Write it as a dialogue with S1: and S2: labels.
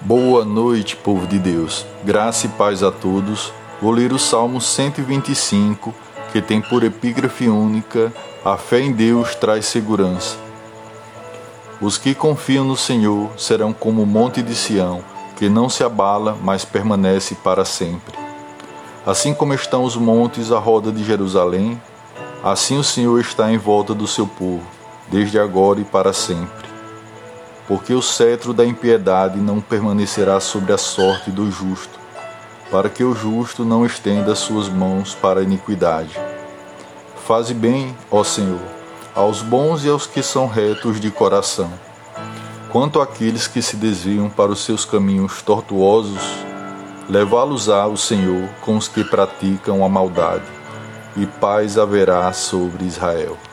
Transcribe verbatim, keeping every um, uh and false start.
S1: Boa noite, povo de Deus. Graça e paz a todos. Vou ler o Salmo cento e vinte e cinco, que tem por epígrafe única: a fé em Deus traz segurança. Os que confiam no Senhor serão como o monte de Sião, que não se abala, mas permanece para sempre. Assim como estão os montes à roda de Jerusalém, assim o Senhor está em volta do seu povo, desde agora e para sempre. Porque o cetro da impiedade não permanecerá sobre a sorte do justo, para que o justo não estenda suas mãos para a iniquidade. Faze bem, ó Senhor, aos bons e aos que são retos de coração. Quanto àqueles que se desviam para os seus caminhos tortuosos, levá-los-á o Senhor com os que praticam a maldade, e paz haverá sobre Israel.